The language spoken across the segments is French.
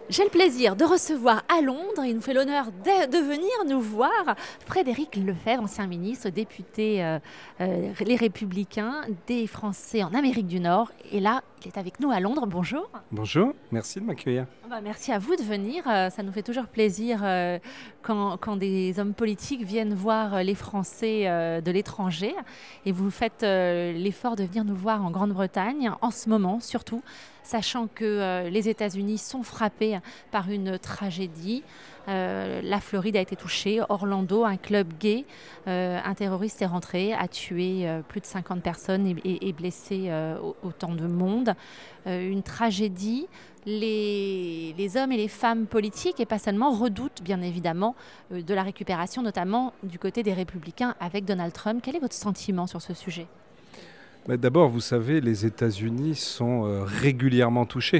J'ai le plaisir de recevoir à Londres, il nous fait l'honneur de venir nous voir, Frédéric Lefebvre, ancien ministre, député Les Républicains, des Français en Amérique du Nord. Et là, il est avec nous à Londres. Bonjour. Bonjour, merci de m'accueillir. Merci à vous de venir. Ça nous fait toujours plaisir quand des hommes politiques viennent voir les Français de l'étranger. Et vous faites l'effort de venir nous voir en Grande-Bretagne, en ce moment surtout, sachant que les États-Unis sont frappés par une tragédie. La Floride a été touchée, Orlando, un club gay, un terroriste est rentré, a tué plus de 50 personnes et blessé autant de monde. Une tragédie. Les hommes et les femmes politiques, et pas seulement, redoutent bien évidemment de la récupération, notamment du côté des Républicains avec Donald Trump. Quel est votre sentiment sur ce sujet ? D'abord, vous savez, les États-Unis sont régulièrement touchés.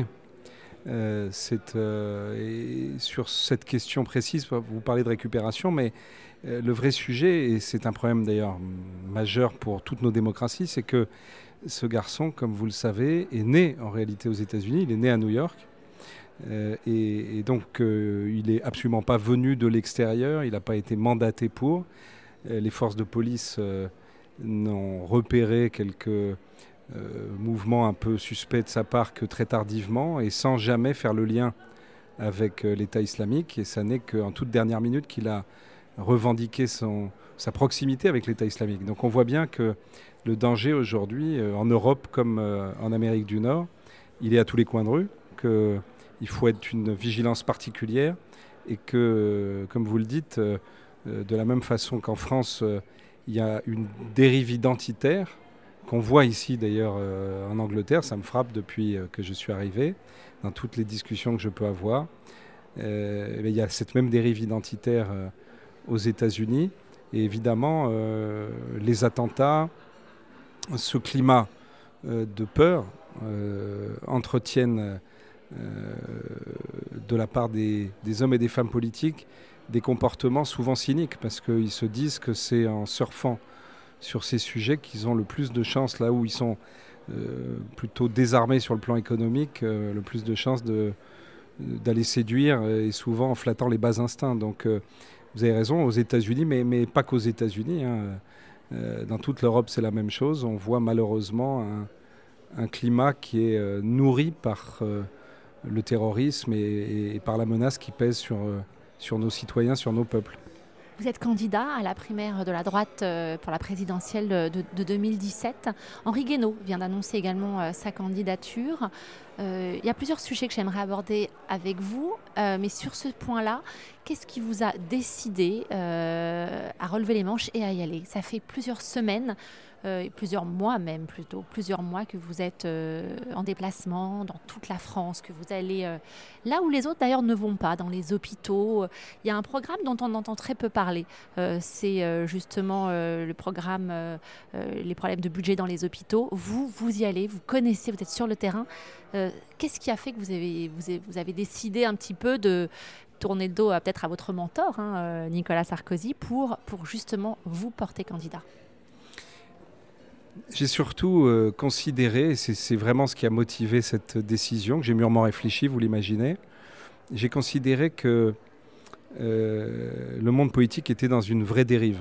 Et sur cette question précise, vous parlez de récupération, mais le vrai sujet, et c'est un problème d'ailleurs majeur pour toutes nos démocraties, c'est que ce garçon, comme vous le savez, est né en réalité aux États-Unis, il est né à New York. Et donc, il n'est absolument pas venu de l'extérieur, il n'a pas été mandaté pour. Les forces de police n'ont repéré quelques mouvements un peu suspects de sa part que très tardivement et sans jamais faire le lien avec l'État islamique. Et ça n'est qu'en toute dernière minute qu'il a revendiqué sa proximité avec l'État islamique. Donc on voit bien que le danger aujourd'hui, en Europe comme en Amérique du Nord, il est à tous les coins de rue, qu'il faut être une vigilance particulière et que, comme vous le dites, de la même façon qu'en France, il y a une dérive identitaire qu'on voit ici d'ailleurs en Angleterre, ça me frappe depuis que je suis arrivé, dans toutes les discussions que je peux avoir. Il y a cette même dérive identitaire aux États-Unis. Et évidemment, les attentats, ce climat de peur entretiennent de la part des hommes et des femmes politiques des comportements souvent cyniques, parce qu'ils se disent que c'est en surfant sur ces sujets qu'ils ont le plus de chances, là où ils sont plutôt désarmés sur le plan économique, le plus de chances d'aller séduire, et souvent en flattant les bas instincts. Donc vous avez raison, aux États-Unis, mais pas qu'aux États-Unis, hein. Dans toute l'Europe, c'est la même chose. On voit malheureusement un climat qui est nourri par le terrorisme et par la menace qui pèse sur nos citoyens, sur nos peuples. Vous êtes candidat à la primaire de la droite pour la présidentielle de 2017. Henri Guénaud vient d'annoncer également sa candidature. Il y a plusieurs sujets que j'aimerais aborder avec vous, mais sur ce point-là, qu'est-ce qui vous a décidé à relever les manches et à y aller ? Ça fait plusieurs semaines, plusieurs mois même plutôt, plusieurs mois que vous êtes en déplacement dans toute la France, que vous allez là où les autres d'ailleurs ne vont pas, dans les hôpitaux. Il y a un programme dont on entend très peu parler. C'est justement le programme les problèmes de budget dans les hôpitaux. Vous y allez, vous connaissez, vous êtes sur le terrain. Qu'est-ce qui a fait que vous avez décidé un petit peu de tourner le dos peut-être à votre mentor, Nicolas Sarkozy, pour justement vous porter candidat ? J'ai surtout considéré, et c'est vraiment ce qui a motivé cette décision, que j'ai mûrement réfléchi, vous l'imaginez, j'ai considéré que le monde politique était dans une vraie dérive.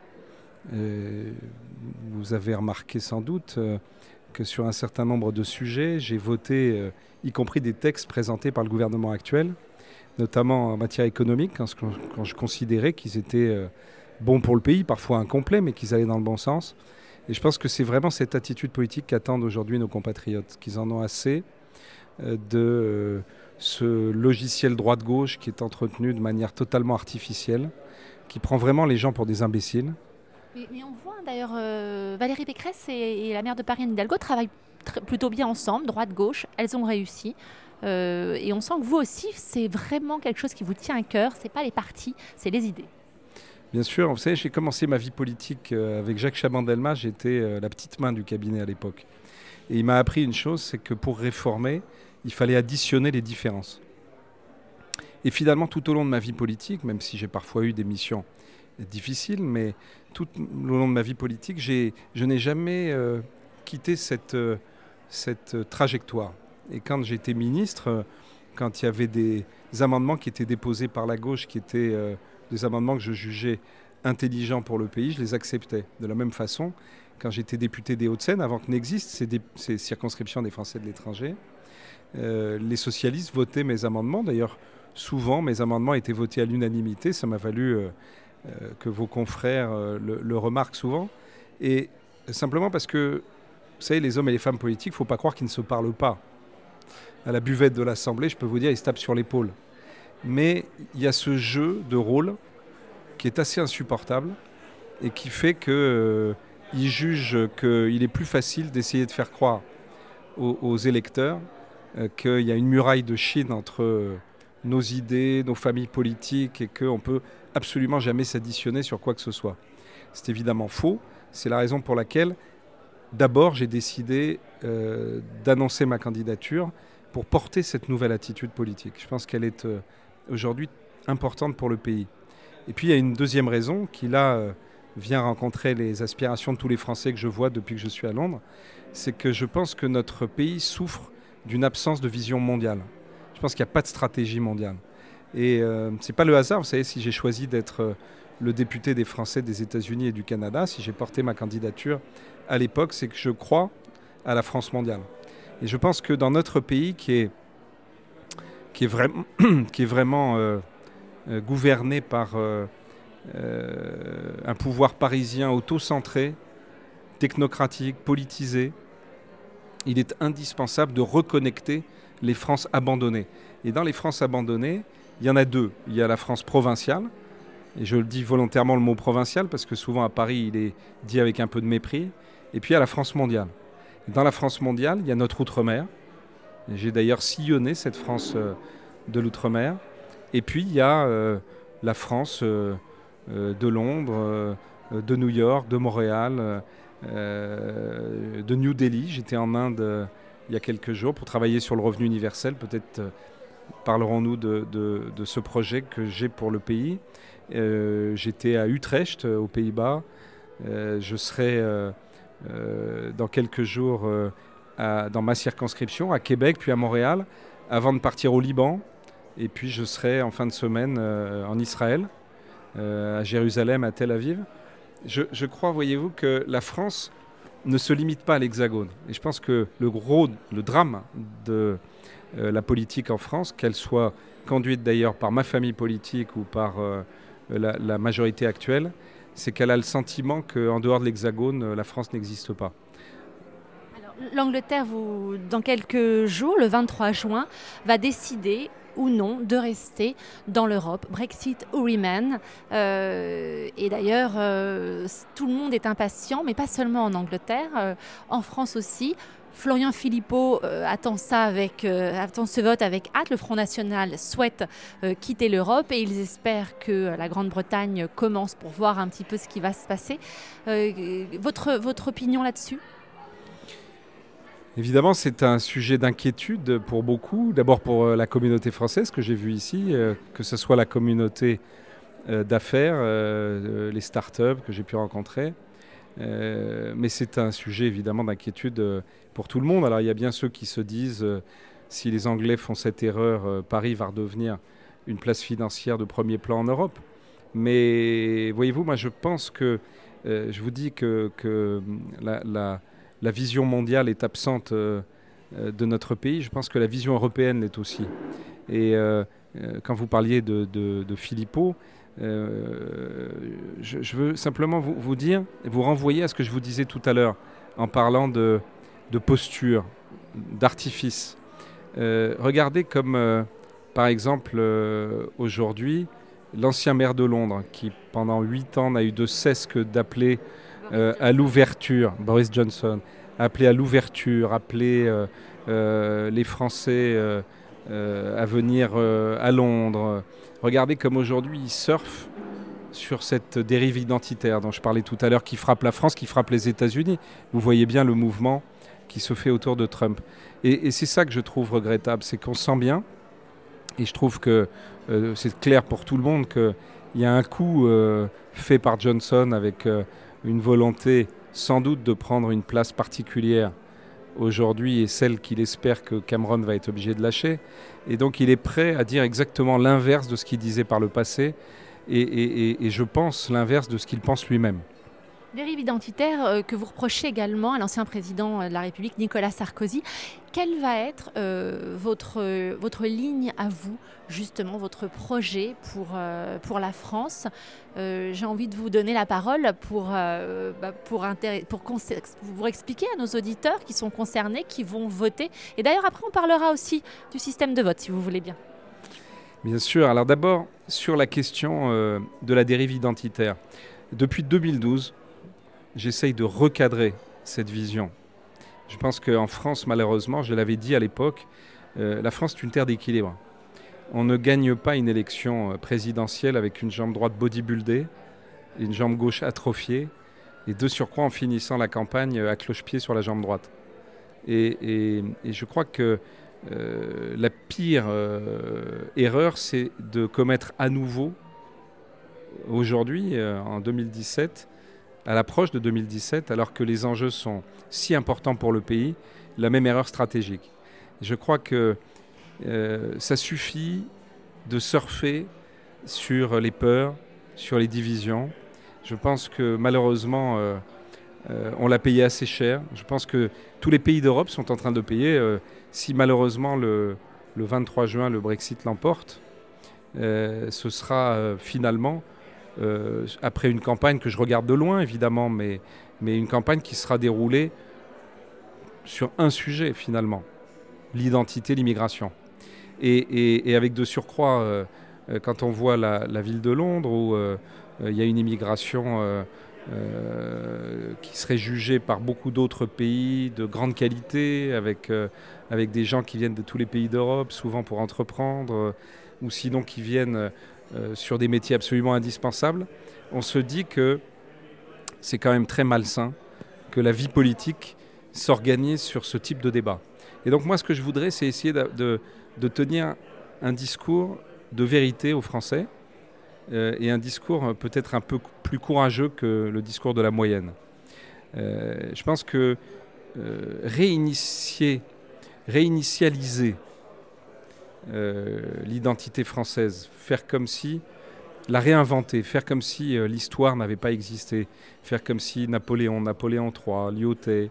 Vous avez remarqué sans doute que sur un certain nombre de sujets, j'ai voté, y compris des textes présentés par le gouvernement actuel, notamment en matière économique, quand je considérais qu'ils étaient bons pour le pays, parfois incomplets, mais qu'ils allaient dans le bon sens. Et je pense que c'est vraiment cette attitude politique qu'attendent aujourd'hui nos compatriotes, qu'ils en ont assez de ce logiciel droite-gauche qui est entretenu de manière totalement artificielle, qui prend vraiment les gens pour des imbéciles. Mais on voit d'ailleurs Valérie Pécresse et la maire de Paris, Anne Hidalgo, travaillent plutôt bien ensemble, droite-gauche, elles ont réussi. Et on sent que vous aussi, c'est vraiment quelque chose qui vous tient à cœur, c'est pas les partis, c'est les idées. Bien sûr, vous savez, j'ai commencé ma vie politique avec Jacques Chaban-Delmas, j'étais la petite main du cabinet à l'époque. Et il m'a appris une chose, c'est que pour réformer, il fallait additionner les différences. Et finalement, tout au long de ma vie politique, même si j'ai parfois eu des missions difficiles, mais tout au long de ma vie politique, je n'ai jamais quitté cette trajectoire. Et quand j'étais ministre, quand il y avait des amendements qui étaient déposés par la gauche, qui étaient des amendements que je jugeais intelligents pour le pays, je les acceptais. De la même façon, quand j'étais député des Hauts-de-Seine, avant que n'existent ces circonscriptions des Français de l'étranger, les socialistes votaient mes amendements. D'ailleurs, souvent, mes amendements étaient votés à l'unanimité. Ça m'a valu que vos confrères le remarquent souvent. Et simplement parce que, vous savez, les hommes et les femmes politiques, il ne faut pas croire qu'ils ne se parlent pas. À la buvette de l'Assemblée, je peux vous dire, ils se tapent sur l'épaule. Mais il y a ce jeu de rôle qui est assez insupportable et qui fait qu'ils jugent qu'il est plus facile d'essayer de faire croire aux électeurs qu'il y a une muraille de Chine entre nos idées, nos familles politiques et qu'on ne peut absolument jamais s'additionner sur quoi que ce soit. C'est évidemment faux. C'est la raison pour laquelle, d'abord, j'ai décidé d'annoncer ma candidature pour porter cette nouvelle attitude politique. Je pense qu'elle est aujourd'hui importante pour le pays. Et puis il y a une deuxième raison qui là vient rencontrer les aspirations de tous les Français que je vois depuis que je suis à Londres, c'est que je pense que notre pays souffre d'une absence de vision mondiale. Je pense qu'il n'y a pas de stratégie mondiale. Et ce n'est pas le hasard, vous savez, si j'ai choisi d'être le député des Français des États-Unis et du Canada, si j'ai porté ma candidature à l'époque, c'est que je crois à la France mondiale. Et je pense que dans notre pays qui est vraiment gouverné par un pouvoir parisien auto-centré, technocratique, politisé, il est indispensable de reconnecter les Frances abandonnées. Et dans les Frances abandonnées, il y en a deux. Il y a la France provinciale, et je le dis volontairement le mot provincial, parce que souvent à Paris, il est dit avec un peu de mépris, et puis il y a la France mondiale. Et dans la France mondiale, il y a notre outre-mer. Et j'ai d'ailleurs sillonné cette France de l'outre-mer. Et puis il y a la France de Londres, de New York, de Montréal, de New Delhi. J'étais en Inde il y a quelques jours pour travailler sur le revenu universel. Peut-être parlerons-nous de ce projet que j'ai pour le pays. J'étais à Utrecht, aux Pays-Bas. Je serai dans quelques jours dans ma circonscription, à Québec, puis à Montréal, avant de partir au Liban. Et puis je serai en fin de semaine en Israël, à Jérusalem, à Tel Aviv. Je crois, voyez-vous, que la France ne se limite pas à l'Hexagone. Et je pense que le drame de la politique en France, qu'elle soit conduite d'ailleurs par ma famille politique ou par la majorité actuelle, c'est qu'elle a le sentiment qu'en dehors de l'Hexagone, la France n'existe pas. Alors, l'Angleterre, dans quelques jours, le 23 juin, va décider ou non de rester dans l'Europe, Brexit ou Remain. Et d'ailleurs, tout le monde est impatient, mais pas seulement en Angleterre, en France aussi. Florian Philippot attend ce vote avec hâte. Le Front National souhaite quitter l'Europe et ils espèrent que la Grande-Bretagne commence pour voir un petit peu ce qui va se passer. Votre opinion là-dessus ? Évidemment, c'est un sujet d'inquiétude pour beaucoup. D'abord pour la communauté française que j'ai vue ici, que ce soit la communauté d'affaires, les start-up que j'ai pu rencontrer. Mais c'est un sujet évidemment d'inquiétude pour tout le monde. Alors il y a bien ceux qui se disent si les Anglais font cette erreur, Paris va redevenir une place financière de premier plan en Europe. Mais voyez-vous, moi je pense que, je vous dis que la vision mondiale est absente de notre pays. Je pense que la vision européenne l'est aussi. Et quand vous parliez de Philippot, je veux simplement vous dire, vous renvoyer à ce que je vous disais tout à l'heure en parlant de posture, d'artifice. Regardez comme, par exemple, aujourd'hui, l'ancien maire de Londres, qui pendant 8 ans n'a eu de cesse que d'appeler à l'ouverture, Boris Johnson, appeler à l'ouverture, appeler les Français à venir à Londres. Regardez comme aujourd'hui ils surfent sur cette dérive identitaire dont je parlais tout à l'heure, qui frappe la France, qui frappe les États-Unis. Vous voyez bien le mouvement qui se fait autour de Trump. Et c'est ça que je trouve regrettable, c'est qu'on sent bien, et je trouve que c'est clair pour tout le monde qu'il y a un coup fait par Johnson avec une volonté sans doute de prendre une place particulière aujourd'hui et celle qu'il espère que Cameron va être obligé de lâcher. Et donc il est prêt à dire exactement l'inverse de ce qu'il disait par le passé et je pense l'inverse de ce qu'il pense lui-même. Dérive identitaire que vous reprochez également à l'ancien président de la République, Nicolas Sarkozy. Quelle va être votre ligne à vous, justement, votre projet pour la France? J'ai envie de vous donner la parole pour expliquer à nos auditeurs qui sont concernés, qui vont voter. Et d'ailleurs, après, on parlera aussi du système de vote, si vous voulez bien. Bien sûr. Alors d'abord, sur la question de la dérive identitaire. Depuis 2012, j'essaye de recadrer cette vision. Je pense qu'en France, malheureusement, je l'avais dit à l'époque, la France est une terre d'équilibre. On ne gagne pas une élection présidentielle avec une jambe droite bodybuildée, une jambe gauche atrophiée, et de surcroît en finissant la campagne à cloche-pied sur la jambe droite. Et je crois que la pire erreur, c'est de commettre à nouveau, aujourd'hui, en 2017, à l'approche de 2017, alors que les enjeux sont si importants pour le pays, la même erreur stratégique. Je crois que ça suffit de surfer sur les peurs, sur les divisions. Je pense que malheureusement, on l'a payé assez cher. Je pense que tous les pays d'Europe sont en train de payer. Si malheureusement le 23 juin le Brexit l'emporte, ce sera finalement après une campagne que je regarde de loin évidemment, mais une campagne qui sera déroulée sur un sujet finalement, l'identité, l'immigration. Et avec de surcroît, quand on voit la ville de Londres où il y a une immigration qui serait jugée par beaucoup d'autres pays de grande qualité, avec des gens qui viennent de tous les pays d'Europe, souvent pour entreprendre, ou sinon qui viennent sur des métiers absolument indispensables, on se dit que c'est quand même très malsain que la vie politique s'organise sur ce type de débat. Et donc moi, ce que je voudrais, c'est essayer de tenir un discours de vérité aux Français et un discours peut-être un peu plus courageux que le discours de la moyenne. Je pense que réinitialiser l'identité française, faire comme si, la réinventer, faire comme si l'histoire n'avait pas existé, faire comme si Napoléon III, Lyautey,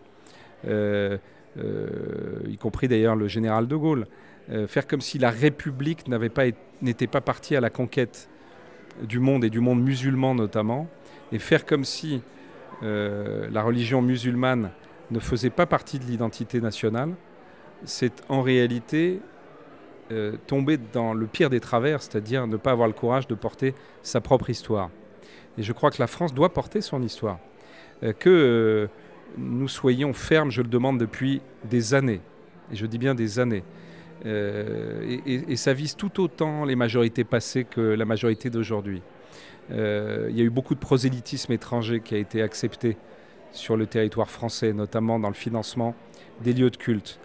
y compris d'ailleurs le général de Gaulle, faire comme si la République n'était pas partie à la conquête du monde et du monde musulman notamment, et faire comme si la religion musulmane ne faisait pas partie de l'identité nationale, c'est en réalité tomber dans le pire des travers, c'est-à-dire ne pas avoir le courage de porter sa propre histoire. Et je crois que la France doit porter son histoire. Que nous soyons fermes, je le demande depuis des années, et je dis bien des années. Et ça vise tout autant les majorités passées que la majorité d'aujourd'hui. Il y a eu beaucoup de prosélytisme étranger qui a été accepté sur le territoire français, notamment dans le financement des lieux de culte.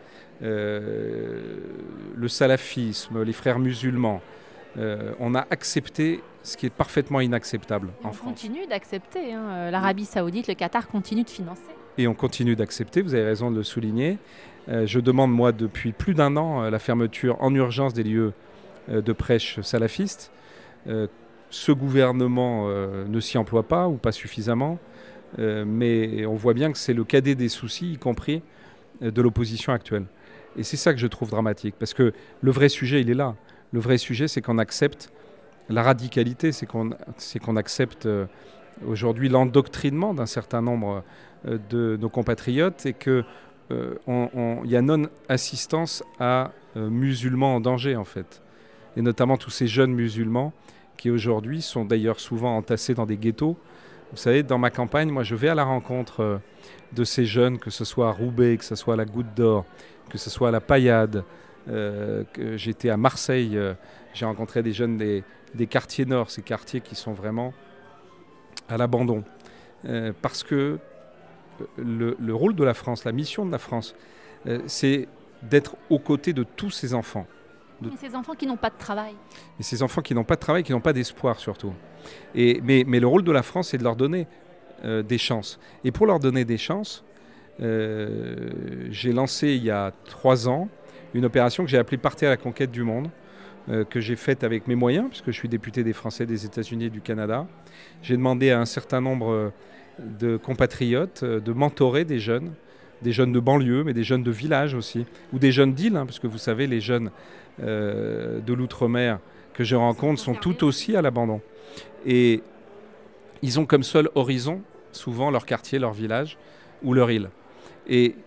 Le salafisme, les frères musulmans, on a accepté ce qui est parfaitement inacceptable en France. On continue d'accepter, l'Arabie Saoudite, le Qatar continue de financer. Et on continue d'accepter, vous avez raison de le souligner. Je demande, moi, depuis plus d'un an, la fermeture en urgence des lieux de prêche salafistes. Ce gouvernement ne s'y emploie pas ou pas suffisamment, mais on voit bien que c'est le cadet des soucis, y compris de l'opposition actuelle. Et c'est ça que je trouve dramatique, parce que le vrai sujet, il est là. Le vrai sujet, c'est qu'on accepte la radicalité, c'est qu'on accepte aujourd'hui l'endoctrinement d'un certain nombre de nos compatriotes et qu'il y a non-assistance à musulmans en danger, en fait. Et notamment tous ces jeunes musulmans qui aujourd'hui sont d'ailleurs souvent entassés dans des ghettos. Vous savez, dans ma campagne, moi, je vais à la rencontre de ces jeunes, que ce soit à Roubaix, que ce soit à la Goutte d'Or, que ce soit à la Paillade. J'étais à Marseille, j'ai rencontré des jeunes des quartiers nord, ces quartiers qui sont vraiment à l'abandon. Parce que le rôle de la France, la mission de la France, c'est d'être aux côtés de tous ces enfants. Ces enfants qui n'ont pas de travail. Et ces enfants qui n'ont pas de travail, qui n'ont pas d'espoir surtout. Mais le rôle de la France, c'est de leur donner des chances. Et pour leur donner des chances, j'ai lancé il y a 3 ans une opération que j'ai appelée Partez à la conquête du monde, que j'ai faite avec mes moyens, puisque je suis député des Français des États-Unis et du Canada. J'ai demandé à un certain nombre de compatriotes de mentorer des jeunes de banlieue, mais des jeunes de village aussi, ou des jeunes d'île, parce que vous savez, les jeunes de l'outre-mer que je rencontre sont tout aussi à l'abandon. Et ils ont comme seul horizon souvent leur quartier, leur village ou leur île. Et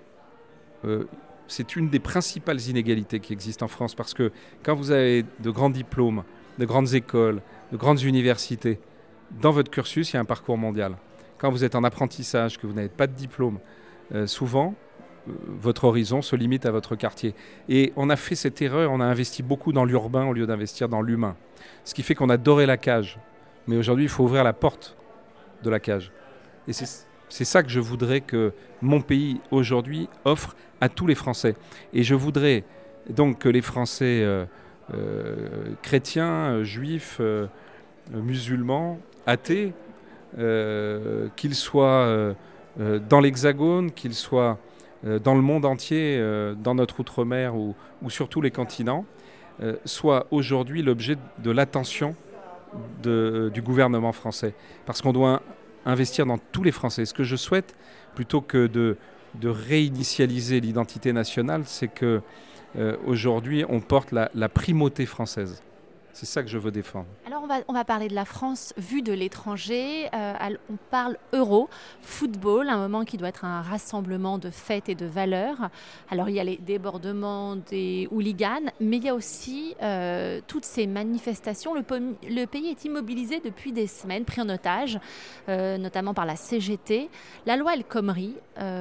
c'est une des principales inégalités qui existent en France, parce que quand vous avez de grands diplômes, de grandes écoles, de grandes universités, dans votre cursus, il y a un parcours mondial. Quand vous êtes en apprentissage, que vous n'avez pas de diplôme, souvent, votre horizon se limite à votre quartier. Et on a fait cette erreur, on a investi beaucoup dans l'urbain au lieu d'investir dans l'humain. Ce qui fait qu'on a doré la cage. Mais aujourd'hui, il faut ouvrir la porte de la cage. Et c'est ça que je voudrais que mon pays, aujourd'hui, offre à tous les Français. Et je voudrais donc que les Français chrétiens, juifs, musulmans, athées, qu'ils soient dans l'Hexagone, qu'ils soient dans le monde entier, dans notre outre-mer ou sur tous les continents, soient aujourd'hui l'objet de l'attention du gouvernement français. Parce qu'on doit investir dans tous les Français. Ce que je souhaite, plutôt que de réinitialiser l'identité nationale, c'est que aujourd'hui on porte la primauté française. C'est ça que je veux défendre. Alors on va parler de la France vue de l'étranger. On parle euro, football, un moment qui doit être un rassemblement de fêtes et de valeurs. Alors il y a les débordements des hooligans, mais il y a aussi toutes ces manifestations. Le pays est immobilisé depuis des semaines, pris en otage, notamment par la CGT. La loi El Khomri,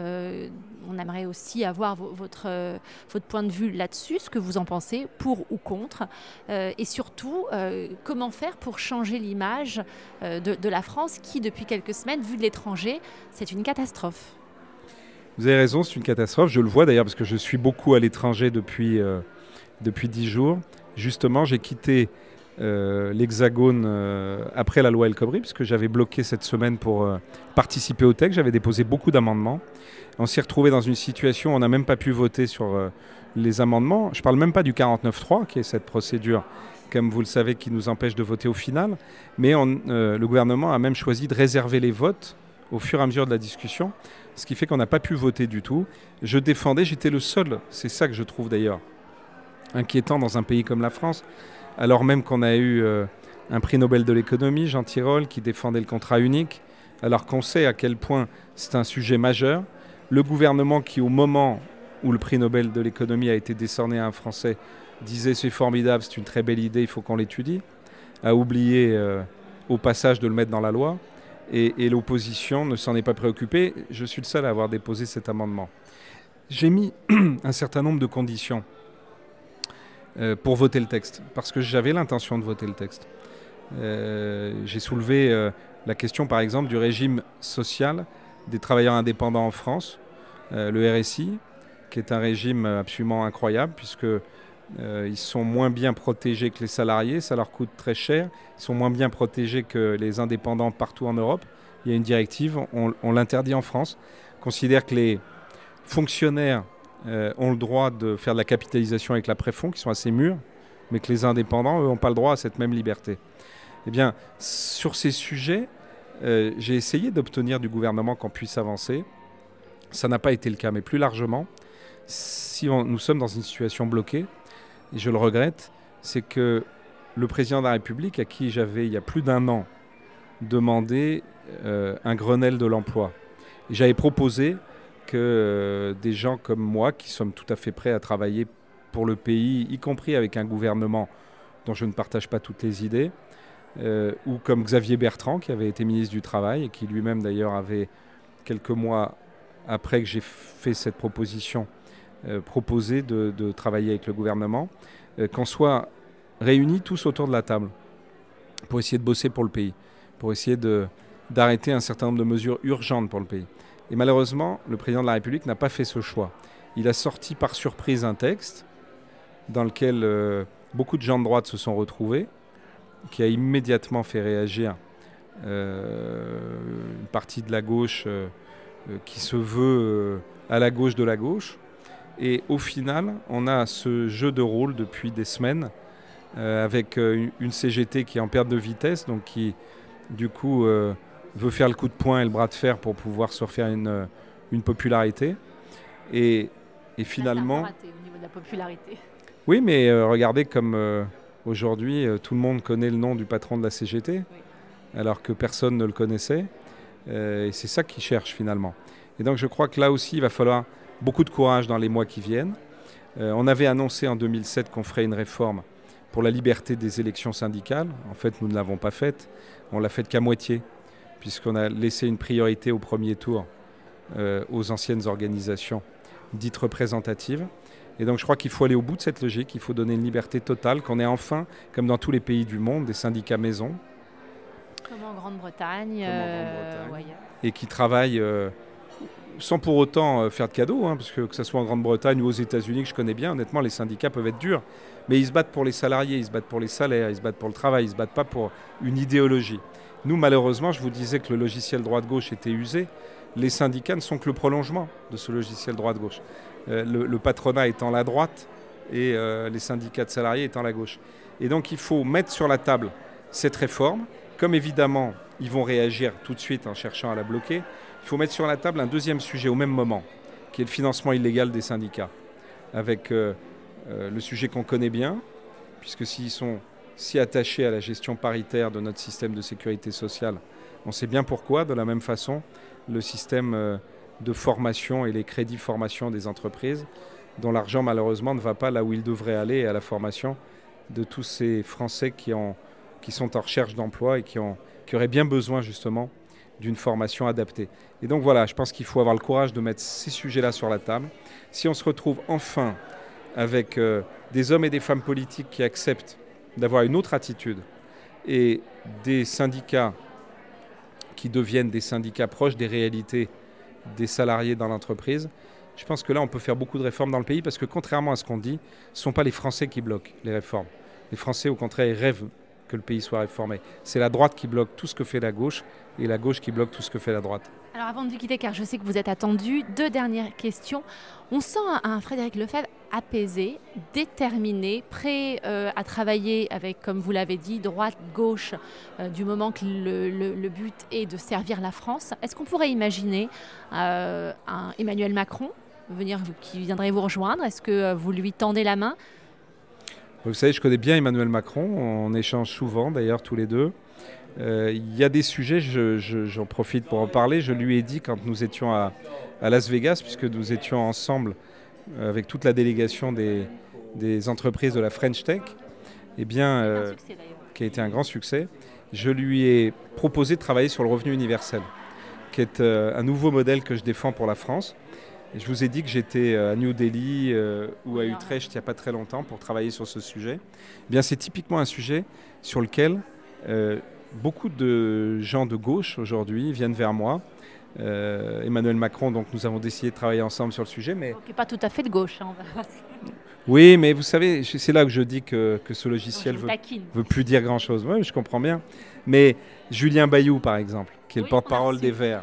on aimerait aussi avoir votre point de vue là-dessus, ce que vous en pensez, pour ou contre, et surtout comment faire pour changer l'image de la France qui, depuis quelques semaines, vue de l'étranger, c'est une catastrophe. Vous avez raison, c'est une catastrophe. Je le vois d'ailleurs parce que je suis beaucoup à l'étranger depuis 10 jours. Justement, j'ai quitté l'Hexagone après la loi El Khomri, puisque j'avais bloqué cette semaine pour participer au texte. J'avais déposé beaucoup d'amendements. On s'est retrouvé dans une situation où on n'a même pas pu voter sur les amendements. Je ne parle même pas du 49.3, qui est cette procédure, comme vous le savez, qui nous empêche de voter au final. Mais le gouvernement a même choisi de réserver les votes au fur et à mesure de la discussion, ce qui fait qu'on n'a pas pu voter du tout. J'étais le seul, c'est ça que je trouve d'ailleurs inquiétant dans un pays comme la France, alors même qu'on a eu un prix Nobel de l'économie, Jean Tirole, qui défendait le contrat unique, alors qu'on sait à quel point c'est un sujet majeur. Le gouvernement qui, au moment où le prix Nobel de l'économie a été décerné à un Français, disait c'est formidable, c'est une très belle idée, il faut qu'on l'étudie, a oublié au passage de le mettre dans la loi, et l'opposition ne s'en est pas préoccupée. Je suis le seul à avoir déposé cet amendement. J'ai mis un certain nombre de conditions pour voter le texte, parce que j'avais l'intention de voter le texte. J'ai soulevé la question, par exemple, du régime social des travailleurs indépendants en France, le RSI, qui est un régime absolument incroyable, puisque ils sont moins bien protégés que les salariés, ça leur coûte très cher, ils sont moins bien protégés que les indépendants partout en Europe. Il y a une directive, on l'interdit en France, on considère que les fonctionnaires ont le droit de faire de la capitalisation avec la préfond, qui sont assez mûrs, mais que les indépendants, eux, n'ont pas le droit à cette même liberté. Eh bien, sur ces sujets, j'ai essayé d'obtenir du gouvernement qu'on puisse avancer. Ça n'a pas été le cas, mais plus largement, nous sommes dans une situation bloquée, et je le regrette, c'est que le président de la République, à qui j'avais, il y a plus d'1 an, demandé un Grenelle de l'emploi. Et j'avais proposé que des gens comme moi, qui sommes tout à fait prêts à travailler pour le pays, y compris avec un gouvernement dont je ne partage pas toutes les idées, ou comme Xavier Bertrand, qui avait été ministre du Travail, et qui lui-même d'ailleurs avait, quelques mois après que j'ai fait cette proposition, proposé de travailler avec le gouvernement, qu'on soit réunis tous autour de la table pour essayer de bosser pour le pays, pour essayer d'arrêter un certain nombre de mesures urgentes pour le pays. Et malheureusement, le président de la République n'a pas fait ce choix. Il a sorti par surprise un texte dans lequel beaucoup de gens de droite se sont retrouvés, qui a immédiatement fait réagir une partie de la gauche qui se veut à la gauche de la gauche. Et au final, on a ce jeu de rôle depuis des semaines avec une CGT qui est en perte de vitesse, donc qui, du coup, veut faire le coup de poing et le bras de fer pour pouvoir se refaire une popularité. Et finalement... Là, c'est un peu raté au niveau de la popularité. Oui, mais regardez comme aujourd'hui, tout le monde connaît le nom du patron de la CGT, alors que personne ne le connaissait. Et c'est ça qu'ils cherchent finalement. Et donc je crois que là aussi, il va falloir beaucoup de courage dans les mois qui viennent. On avait annoncé en 2007 qu'on ferait une réforme pour la liberté des élections syndicales. En fait, nous ne l'avons pas faite. On l'a faite qu'à moitié, puisqu'on a laissé une priorité au premier tour aux anciennes organisations dites représentatives. Et donc je crois qu'il faut aller au bout de cette logique, il faut donner une liberté totale, qu'on ait enfin, comme dans tous les pays du monde, des syndicats maison. Comme en Grande-Bretagne. Et qui travaillent sans pour autant faire de cadeaux, hein, parce que ce soit en Grande-Bretagne ou aux États-Unis, que je connais bien, honnêtement, les syndicats peuvent être durs. Mais ils se battent pour les salariés, ils se battent pour les salaires, ils se battent pour le travail, ils ne se battent pas pour une idéologie. Nous, malheureusement, je vous disais que le logiciel droite-gauche était usé. Les syndicats ne sont que le prolongement de ce logiciel droite-gauche. Le patronat étant la droite et les syndicats de salariés étant la gauche. Et donc il faut mettre sur la table cette réforme. Comme évidemment, ils vont réagir tout de suite en cherchant à la bloquer, il faut mettre sur la table un deuxième sujet au même moment, qui est le financement illégal des syndicats, avec le sujet qu'on connaît bien, puisque s'ils sont si attachés à la gestion paritaire de notre système de sécurité sociale, on sait bien pourquoi. De la même façon, le système de formation et les crédits formation des entreprises, dont l'argent malheureusement ne va pas là où il devrait aller, à la formation de tous ces Français qui sont en recherche d'emploi et qui auraient bien besoin justement d'une formation adaptée. Et donc voilà, je pense qu'il faut avoir le courage de mettre ces sujets-là sur la table. Si on se retrouve enfin avec des hommes et des femmes politiques qui acceptent d'avoir une autre attitude et des syndicats qui deviennent des syndicats proches des réalités des salariés dans l'entreprise, je pense que là, on peut faire beaucoup de réformes dans le pays parce que contrairement à ce qu'on dit, ce ne sont pas les Français qui bloquent les réformes. Les Français, au contraire, ils rêvent que le pays soit réformé. C'est la droite qui bloque tout ce que fait la gauche et la gauche qui bloque tout ce que fait la droite. Alors avant de vous quitter, car je sais que vous êtes attendu, 2 dernières questions. On sent un Frédéric Lefebvre apaisé, déterminé, prêt à travailler avec, comme vous l'avez dit, droite-gauche, du moment que le but est de servir la France. Est-ce qu'on pourrait imaginer un Emmanuel Macron qui viendrait vous rejoindre? Est-ce que vous lui tendez la main? Vous savez, je connais bien Emmanuel Macron, on échange souvent d'ailleurs tous les deux. Il y a des sujets, j'en profite pour en parler. Je lui ai dit quand nous étions à Las Vegas, puisque nous étions ensemble avec toute la délégation des entreprises de la French Tech, eh bien, qui a été un grand succès, je lui ai proposé de travailler sur le revenu universel, qui est un nouveau modèle que je défends pour la France. Et je vous ai dit que j'étais à New Delhi ou à Utrecht il n'y a pas très longtemps pour travailler sur ce sujet. Eh bien, c'est typiquement un sujet sur lequel beaucoup de gens de gauche aujourd'hui viennent vers moi. Emmanuel Macron, donc nous avons décidé de travailler ensemble sur le sujet. Mais qui n'est pas tout à fait de gauche. Hein. Oui, mais vous savez, c'est là que je dis que ce logiciel veut plus dire grand-chose. Oui, je comprends bien. Mais Julien Bayou, par exemple, qui est le porte-parole des Verts,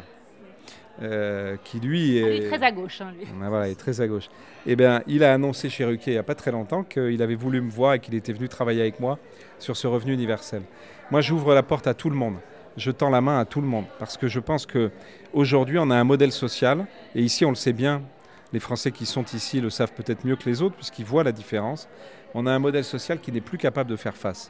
qui lui est très à gauche. Hein, lui. Voilà, il est très à gauche. Eh bien, il a annoncé chez Ruquier il n'y a pas très longtemps qu'il avait voulu me voir et qu'il était venu travailler avec moi sur ce revenu universel. Moi, j'ouvre la porte à tout le monde. Je tends la main à tout le monde parce que je pense qu'aujourd'hui, on a un modèle social et ici, on le sait bien, les Français qui sont ici le savent peut-être mieux que les autres puisqu'ils voient la différence. On a un modèle social qui n'est plus capable de faire face.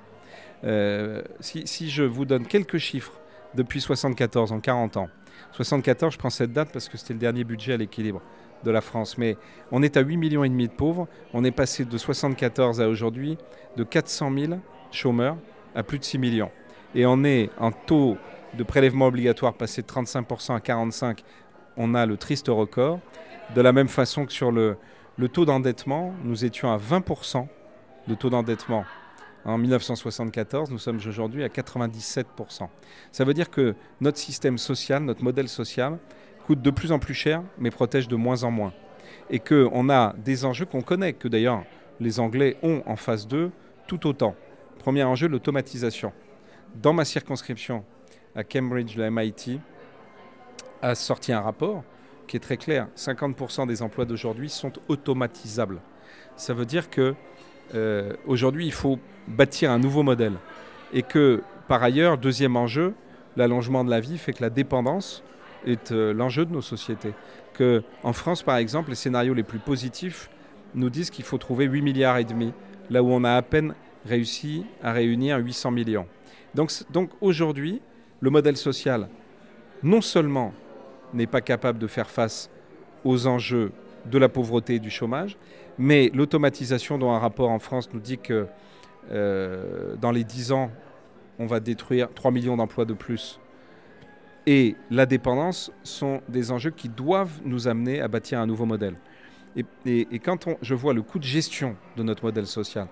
Si je vous donne quelques chiffres depuis 1974, en 40 ans, 1974, je prends cette date parce que c'était le dernier budget à l'équilibre de la France. Mais on est à 8,5 millions de pauvres. On est passé de 1974 à aujourd'hui de 400 000 chômeurs à plus de 6 millions. Et on est en taux de prélèvement obligatoire passé de 35% à 45%. On a le triste record. De la même façon que sur le taux d'endettement, nous étions à 20% de taux d'endettement. En 1974, nous sommes aujourd'hui à 97%. Ça veut dire que notre système social, notre modèle social, coûte de plus en plus cher, mais protège de moins en moins. Et qu'on a des enjeux qu'on connaît, que d'ailleurs les Anglais ont en face d'eux tout autant. Premier enjeu, l'automatisation. Dans ma circonscription, à Cambridge, le MIT a sorti un rapport qui est très clair. 50% des emplois d'aujourd'hui sont automatisables. Ça veut dire que aujourd'hui, il faut bâtir un nouveau modèle. Et que, par ailleurs, deuxième enjeu, l'allongement de la vie fait que la dépendance est l'enjeu de nos sociétés. En France, par exemple, les scénarios les plus positifs nous disent qu'il faut trouver 8,5 milliards, là où on a à peine réussi à réunir 800 millions. Donc aujourd'hui, le modèle social, non seulement n'est pas capable de faire face aux enjeux de la pauvreté et du chômage, mais l'automatisation, dont un rapport en France nous dit que dans les 10 ans, on va détruire 3 millions d'emplois de plus, et la dépendance sont des enjeux qui doivent nous amener à bâtir un nouveau modèle. Et quand je vois le coût de gestion de notre modèle social,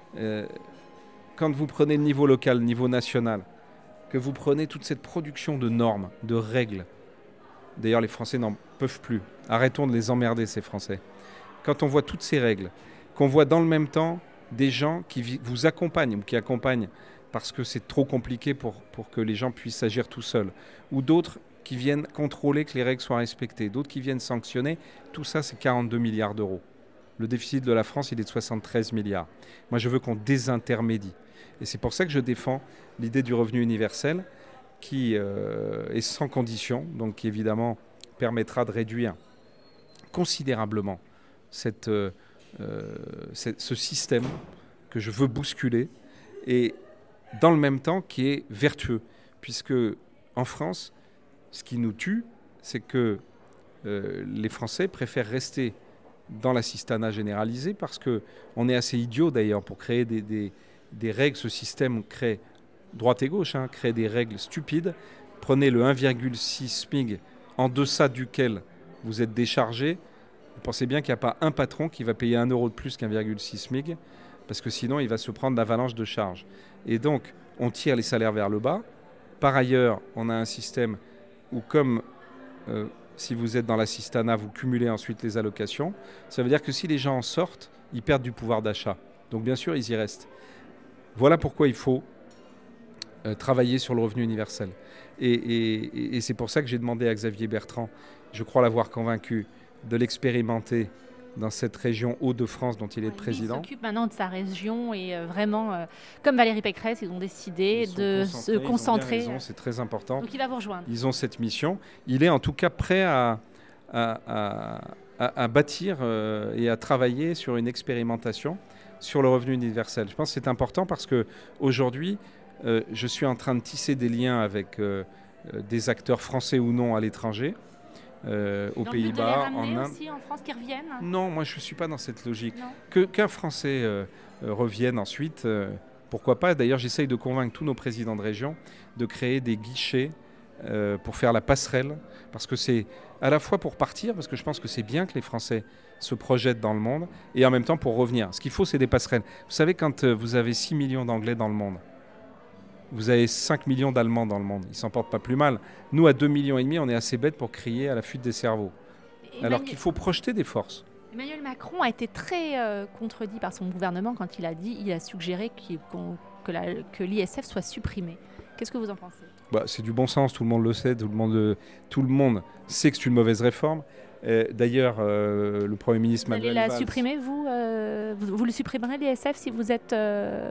quand vous prenez le niveau local, le niveau national, que vous prenez toute cette production de normes, de règles, d'ailleurs les Français n'en peuvent plus, arrêtons de les emmerder ces Français. Quand on voit toutes ces règles, qu'on voit dans le même temps des gens qui vous accompagnent ou qui accompagnent parce que c'est trop compliqué pour que les gens puissent agir tout seuls, ou d'autres qui viennent contrôler que les règles soient respectées, d'autres qui viennent sanctionner, tout ça c'est 42 milliards d'euros. Le déficit de la France, il est de 73 milliards. Moi, je veux qu'on désintermédie. Et c'est pour ça que je défends l'idée du revenu universel qui est sans condition, donc qui évidemment permettra de réduire considérablement ce système que je veux bousculer, et dans le même temps qui est vertueux. Puisque en France, ce qui nous tue, c'est que les Français préfèrent rester dans l'assistanat généralisé parce qu'on est assez idiot d'ailleurs pour créer des règles. Ce système crée, droite et gauche, crée des règles stupides. Prenez le 1,6 SMIC en deçà duquel vous êtes déchargé. Vous pensez bien qu'il n'y a pas un patron qui va payer 1 euro de plus qu'1,6 SMIC parce que sinon il va se prendre l'avalanche de charges. Et donc on tire les salaires vers le bas. Par ailleurs, on a un système où comme si vous êtes dans l'assistanat, vous cumulez ensuite les allocations. Ça veut dire que si les gens en sortent, ils perdent du pouvoir d'achat. Donc bien sûr, ils y restent. Voilà pourquoi il faut travailler sur le revenu universel. Et c'est pour ça que j'ai demandé à Xavier Bertrand, je crois l'avoir convaincu, de l'expérimenter dans cette région Hauts-de-France dont il est président. Il s'occupe maintenant de sa région et vraiment, comme Valérie Pécresse, ils ont décidé de se concentrer. Ils ont raison, c'est très important. Donc il va vous rejoindre. Ils ont cette mission. Il est en tout cas prêt à bâtir et à travailler sur une expérimentation sur le revenu universel. Je pense que c'est important parce qu'aujourd'hui, je suis en train de tisser des liens avec des acteurs français ou non à l'étranger. Aux Pays-Bas, en Inde. Aussi en France qui reviennent ? Non, moi je ne suis pas dans cette logique. Qu'un Français revienne ensuite, pourquoi pas. D'ailleurs, j'essaye de convaincre tous nos présidents de région de créer des guichets pour faire la passerelle. Parce que c'est à la fois pour partir, parce que je pense que c'est bien que les Français se projettent dans le monde, et en même temps pour revenir. Ce qu'il faut, c'est des passerelles. Vous savez, quand vous avez 6 millions d'Anglais dans le monde, vous avez 5 millions d'Allemands dans le monde. Ils ne s'en portent pas plus mal. Nous, à 2,5 millions, on est assez bêtes pour crier à la fuite des cerveaux. Alors qu'il faut projeter des forces. Emmanuel Macron a été très contredit par son gouvernement quand il a suggéré que l'ISF soit supprimé. Qu'est-ce que vous en pensez ? C'est du bon sens, tout le monde le sait. Tout le monde sait que c'est une mauvaise réforme. D'ailleurs, le Premier ministre Manuel Valls... Vous allez la supprimer, vous le supprimerez, l'ISF, si vous êtes président ?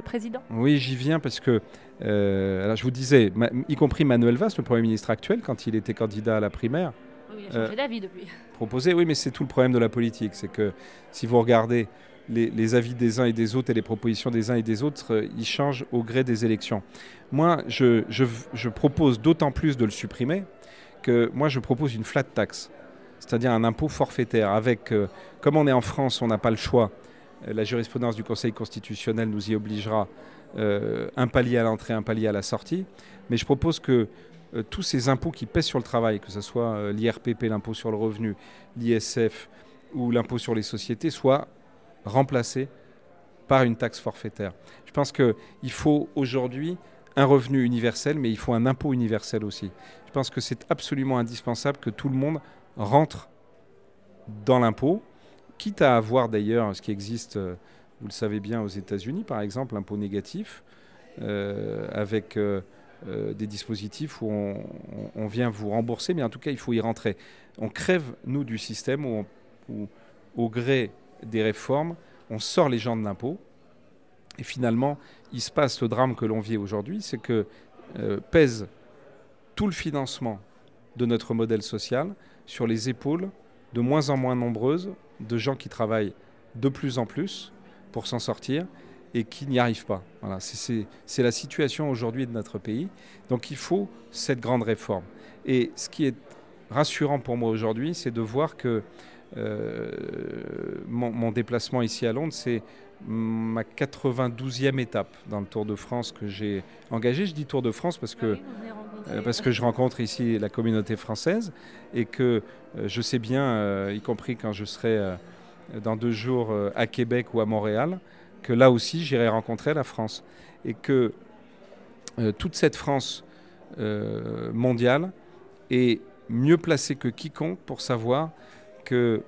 Oui, j'y viens parce que, alors je vous disais, y compris Manuel Valls, le Premier ministre actuel, quand il était candidat à la primaire... Oui, il a changé d'avis depuis. Proposé, oui, mais c'est tout le problème de la politique. C'est que si vous regardez les avis des uns et des autres et les propositions des uns et des autres, ils changent au gré des élections. Moi, je propose d'autant plus de le supprimer que moi, je propose une flat tax. C'est-à-dire un impôt forfaitaire avec, comme on est en France, on n'a pas le choix, la jurisprudence du Conseil constitutionnel nous y obligera, un palier à l'entrée, un palier à la sortie, mais je propose que tous ces impôts qui pèsent sur le travail, que ce soit l'IRPP, l'impôt sur le revenu, l'ISF ou l'impôt sur les sociétés, soient remplacés par une taxe forfaitaire. Je pense qu'il faut aujourd'hui un revenu universel, mais il faut un impôt universel aussi. Je pense que c'est absolument indispensable que tout le monde rentre dans l'impôt, quitte à avoir d'ailleurs ce qui existe, vous le savez bien, aux États-Unis, par exemple, l'impôt négatif, avec des dispositifs où on vient vous rembourser, mais en tout cas, il faut y rentrer. On crève, nous, du système où au gré des réformes, on sort les gens de l'impôt. Et finalement, il se passe le drame que l'on vit aujourd'hui, c'est que pèse tout le financement de notre modèle social sur les épaules de moins en moins nombreuses de gens qui travaillent de plus en plus pour s'en sortir et qui n'y arrivent pas. Voilà, c'est la situation aujourd'hui de notre pays. Donc il faut cette grande réforme. Et ce qui est rassurant pour moi aujourd'hui, c'est de voir que mon déplacement ici à Londres, c'est ma 92e étape dans le Tour de France que j'ai engagé. Je dis Tour de France parce que je rencontre ici la communauté française et que je sais bien, y compris quand je serai dans 2 jours à Québec ou à Montréal, que là aussi j'irai rencontrer la France. Et que toute cette France mondiale est mieux placée que quiconque pour savoir que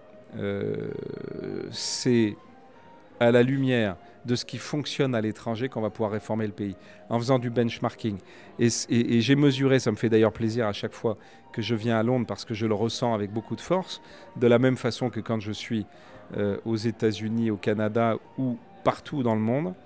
c'est à la lumière de ce qui fonctionne à l'étranger qu'on va pouvoir réformer le pays, en faisant du benchmarking. Et j'ai mesuré, ça me fait d'ailleurs plaisir à chaque fois que je viens à Londres, parce que je le ressens avec beaucoup de force, de la même façon que quand je suis aux États-Unis, au Canada ou partout dans le monde.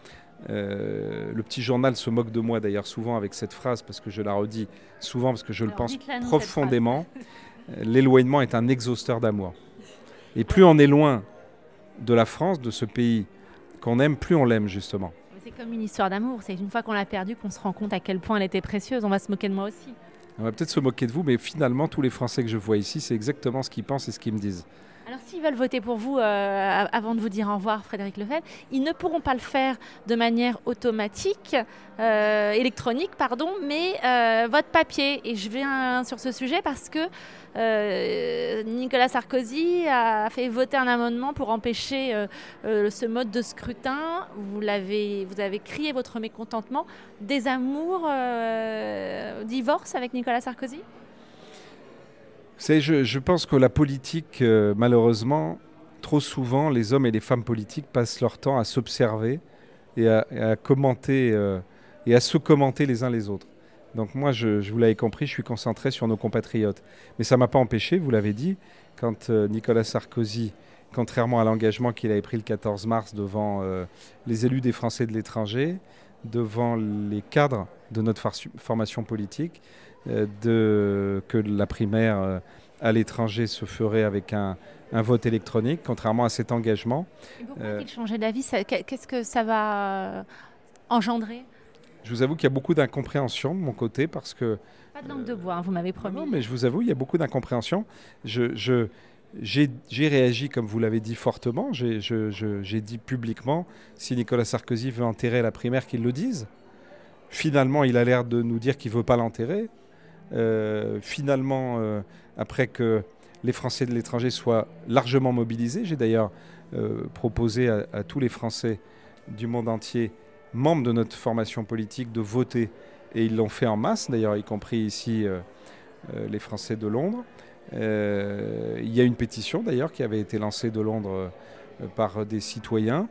Le petit journal se moque de moi d'ailleurs souvent avec cette phrase, parce que je la redis souvent, parce que je le pense profondément. L'éloignement est un exhausteur d'amour. Et plus on est loin de la France, de ce pays qu'on aime, plus on l'aime justement. C'est comme une histoire d'amour, c'est une fois qu'on l'a perdue qu'on se rend compte à quel point elle était précieuse. On va se moquer de moi aussi. On va peut-être se moquer de vous, mais finalement, tous les Français que je vois ici, c'est exactement ce qu'ils pensent et ce qu'ils me disent. Alors s'ils veulent voter pour vous, avant de vous dire au revoir, Frédéric Lefebvre, ils ne pourront pas le faire de manière automatique, électronique, pardon, mais vote papier. Et je viens sur ce sujet parce que Nicolas Sarkozy a fait voter un amendement pour empêcher ce mode de scrutin. Vous avez crié votre mécontentement. Des amours, divorce avec Nicolas Sarkozy ? Vous savez, je pense que la politique, malheureusement, trop souvent, les hommes et les femmes politiques passent leur temps à s'observer et à commenter et à se commenter les uns les autres. Donc moi, je vous l'avez compris, je suis concentré sur nos compatriotes. Mais ça ne m'a pas empêché, vous l'avez dit, quand Nicolas Sarkozy, contrairement à l'engagement qu'il avait pris le 14 mars devant les élus des Français de l'étranger, devant les cadres de notre formation politique, que la primaire à l'étranger se ferait avec un vote électronique, contrairement à cet engagement. Et pourquoi a-t-il changé d'avis ? Qu'est-ce que ça va engendrer ? Je vous avoue qu'il y a beaucoup d'incompréhension de mon côté parce que... Pas de langue de bois, vous m'avez promis. Non, mais je vous avoue, il y a beaucoup d'incompréhension. J'ai réagi, comme vous l'avez dit, fortement. J'ai dit publiquement, si Nicolas Sarkozy veut enterrer la primaire, qu'il le dise. Finalement, il a l'air de nous dire qu'il ne veut pas l'enterrer. Finalement, après que les Français de l'étranger soient largement mobilisés, j'ai d'ailleurs proposé à tous les Français du monde entier, membres de notre formation politique, de voter. Et ils l'ont fait en masse, d'ailleurs, y compris ici les Français de Londres. Il y a une pétition, d'ailleurs, qui avait été lancée de Londres par des citoyens.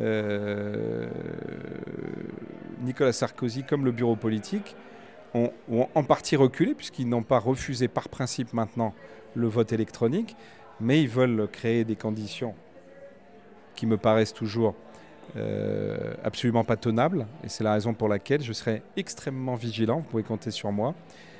Nicolas Sarkozy, comme le bureau politique, ont en partie reculé, puisqu'ils n'ont pas refusé par principe maintenant le vote électronique, mais ils veulent créer des conditions qui me paraissent toujours absolument pas tenables, et c'est la raison pour laquelle je serai extrêmement vigilant, vous pouvez compter sur moi,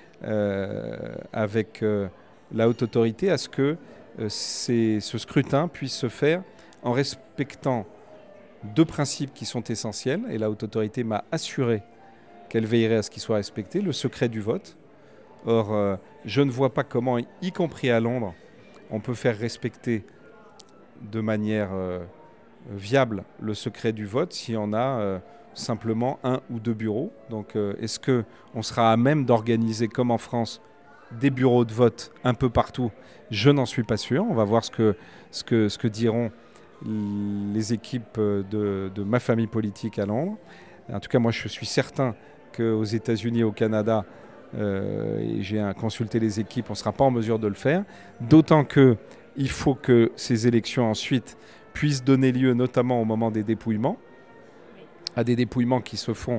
avec la haute autorité, à ce que ce scrutin puisse se faire en respectant 2 principes qui sont essentiels, et la haute autorité m'a assuré qu'elle veillerait à ce qu'il soit respecté, le secret du vote. Or, je ne vois pas comment, y compris à Londres, on peut faire respecter de manière viable le secret du vote si on a simplement 1 ou 2 bureaux. Donc, est-ce qu'on sera à même d'organiser, comme en France, des bureaux de vote un peu partout? Je n'en suis pas sûr. On va voir ce que diront les équipes de ma famille politique à Londres. En tout cas, moi, je suis certain qu'aux États-Unis et au Canada, et j'ai consulté les équipes, on ne sera pas en mesure de le faire. D'autant qu'il faut que ces élections ensuite puissent donner lieu, notamment au moment des dépouillements, à des dépouillements qui se font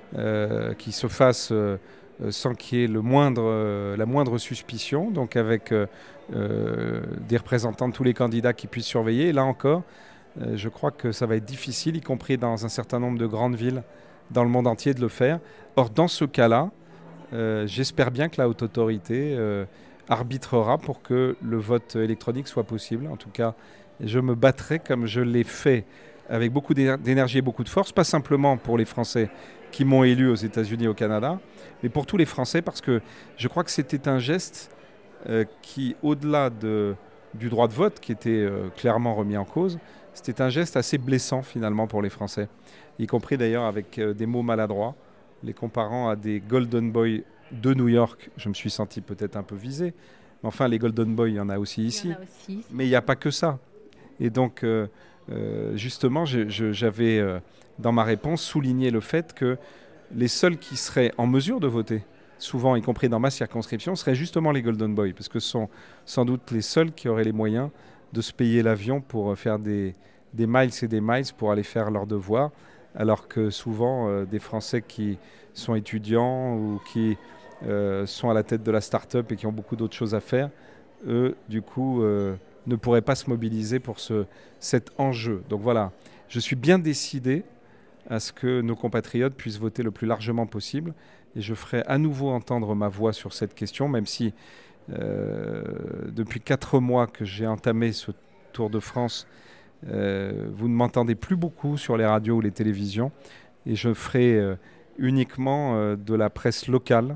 qui se fasse sans qu'il y ait la moindre suspicion, donc avec des représentants de tous les candidats qui puissent surveiller. Et là encore, je crois que ça va être difficile, y compris dans un certain nombre de grandes villes dans le monde entier, de le faire. Or, dans ce cas-là, j'espère bien que la haute autorité arbitrera pour que le vote électronique soit possible. En tout cas, je me battrai comme je l'ai fait avec beaucoup d'énergie et beaucoup de force, pas simplement pour les Français qui m'ont élu aux États-Unis et au Canada, mais pour tous les Français, parce que je crois que c'était un geste qui, au-delà du droit de vote, qui était clairement remis en cause, c'était un geste assez blessant finalement pour les Français, y compris d'ailleurs avec des mots maladroits, les comparant à des Golden Boys de New York. Je me suis senti peut-être un peu visé, mais enfin les Golden Boys, il y en a aussi ici, mais il n'y a pas que ça. Et donc justement, j'avais dans ma réponse souligné le fait que les seuls qui seraient en mesure de voter, souvent y compris dans ma circonscription, seraient justement les Golden Boys, parce que ce sont sans doute les seuls qui auraient les moyens de se payer l'avion pour faire des miles et des miles pour aller faire leurs devoirs, alors que souvent des Français qui sont étudiants ou qui sont à la tête de la start-up et qui ont beaucoup d'autres choses à faire, eux, du coup, ne pourraient pas se mobiliser pour cet enjeu. Donc voilà, je suis bien décidé à ce que nos compatriotes puissent voter le plus largement possible. Et je ferai à nouveau entendre ma voix sur cette question, même si depuis 4 mois que j'ai entamé ce Tour de France, vous ne m'entendez plus beaucoup sur les radios ou les télévisions. Et je ferai uniquement de la presse locale.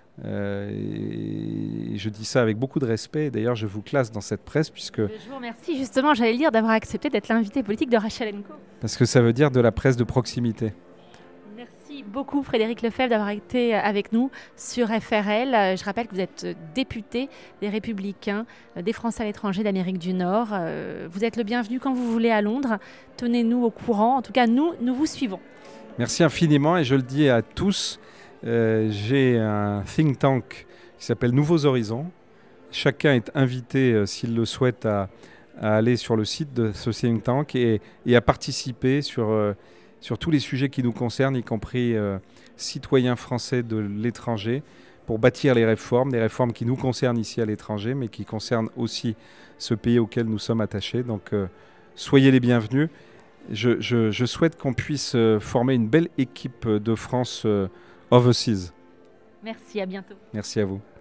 Et je dis ça avec beaucoup de respect. D'ailleurs, je vous classe dans cette presse puisque... Je vous remercie justement, j'allais lire, d'avoir accepté d'être l'invité politique de Rachel & Co. Parce que ça veut dire de la presse de proximité. Merci beaucoup Frédéric Lefebvre d'avoir été avec nous sur FRL. Je rappelle que vous êtes député des Républicains, des Français à l'étranger d'Amérique du Nord. Vous êtes le bienvenu quand vous voulez à Londres. Tenez-nous au courant. En tout cas, nous vous suivons. Merci infiniment et je le dis à tous. J'ai un think tank qui s'appelle Nouveaux Horizons. Chacun est invité, s'il le souhaite, à aller sur le site de ce think tank et à participer sur tous les sujets qui nous concernent, y compris citoyens français de l'étranger, pour bâtir les réformes, des réformes qui nous concernent ici à l'étranger, mais qui concernent aussi ce pays auquel nous sommes attachés. Donc soyez les bienvenus. Je souhaite qu'on puisse former une belle équipe de France overseas. Merci, à bientôt. Merci à vous.